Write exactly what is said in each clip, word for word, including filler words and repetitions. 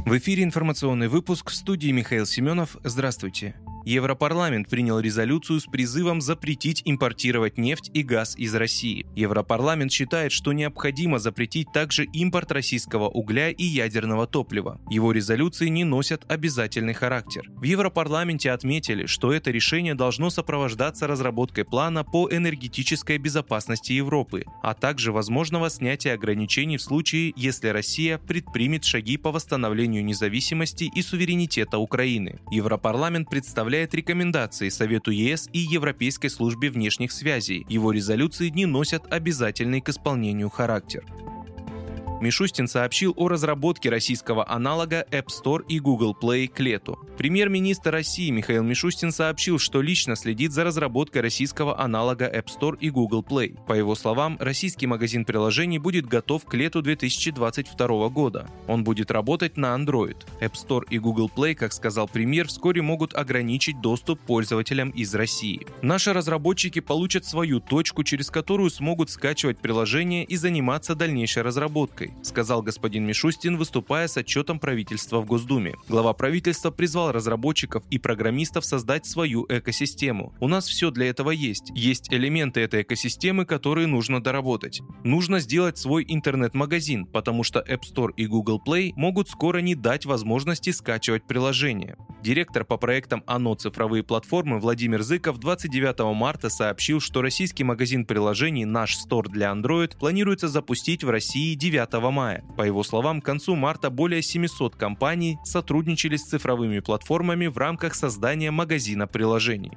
В эфире информационный выпуск, в студии Михаил Семенов. Здравствуйте. Европарламент принял резолюцию с призывом запретить импортировать нефть и газ из России. Европарламент считает, что необходимо запретить также импорт российского угля и ядерного топлива. Его резолюции не носят обязательный характер. В Европарламенте отметили, что это решение должно сопровождаться разработкой плана по энергетической безопасности Европы, а также возможного снятия ограничений в случае, если Россия предпримет шаги по восстановлению независимости и суверенитета Украины. Европарламент представляет рекомендации Совету ЕС и Европейской службе внешних связей. Его резолюции не носят обязательный к исполнению характер. Мишустин сообщил о разработке российского аналога App Store и Google Play к лету. Премьер-министр России Михаил Мишустин сообщил, что лично следит за разработкой российского аналога App Store и Google Play. По его словам, российский магазин приложений будет готов к лету две тысячи двадцать второго года. Он будет работать на Android. App Store и Google Play, как сказал премьер, вскоре могут ограничить доступ пользователям из России. Наши разработчики получат свою точку, через которую смогут скачивать приложения и заниматься дальнейшей разработкой, сказал господин Мишустин, выступая с отчетом правительства в Госдуме. Глава правительства призвал разработчиков и программистов создать свою экосистему. У нас все для этого есть. Есть элементы этой экосистемы, которые нужно доработать. Нужно сделать свой интернет-магазин, потому что App Store и Google Play могут скоро не дать возможности скачивать приложения. Директор по проектам ОНО «Цифровые платформы» Владимир Зыков двадцать девятого марта сообщил, что российский магазин приложений «Наш Store» для Android планируется запустить в России девятого мая. По его словам, к концу марта более семисот компаний сотрудничали с цифровыми платформами в рамках создания магазина приложений.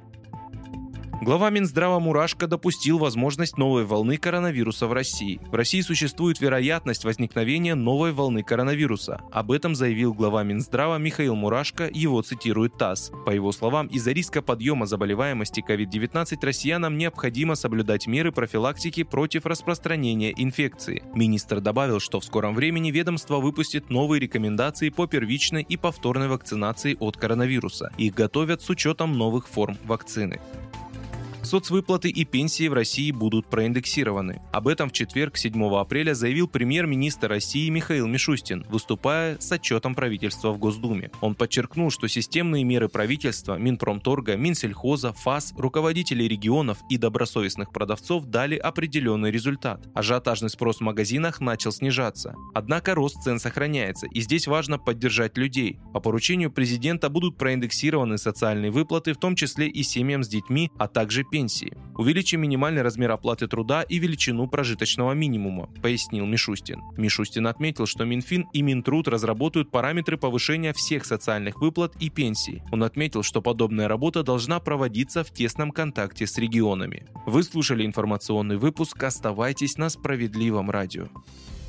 Глава Минздрава Мурашко допустил возможность новой волны коронавируса в России. В России существует вероятность возникновения новой волны коронавируса. Об этом заявил глава Минздрава Михаил Мурашко, его цитирует ТАСС. По его словам, из-за риска подъема заболеваемости ковид девятнадцать россиянам необходимо соблюдать меры профилактики против распространения инфекции. Министр добавил, что в скором времени ведомство выпустит новые рекомендации по первичной и повторной вакцинации от коронавируса. Их готовят с учетом новых форм вакцины. Соцвыплаты и пенсии в России будут проиндексированы. Об этом в четверг, седьмого апреля, заявил премьер-министр России Михаил Мишустин, выступая с отчетом правительства в Госдуме. Он подчеркнул, что системные меры правительства, Минпромторга, Минсельхоза, ФАС, руководителей регионов и добросовестных продавцов дали определенный результат. Ажиотажный спрос в магазинах начал снижаться. Однако рост цен сохраняется, и здесь важно поддержать людей. По поручению президента будут проиндексированы социальные выплаты, в том числе и семьям с детьми, а также пенсии. Увеличим минимальный размер оплаты труда и величину прожиточного минимума, пояснил Мишустин. Мишустин отметил, что Минфин и Минтруд разработают параметры повышения всех социальных выплат и пенсий. Он отметил, что подобная работа должна проводиться в тесном контакте с регионами. Вы слушали информационный выпуск. Оставайтесь на Справедливом радио.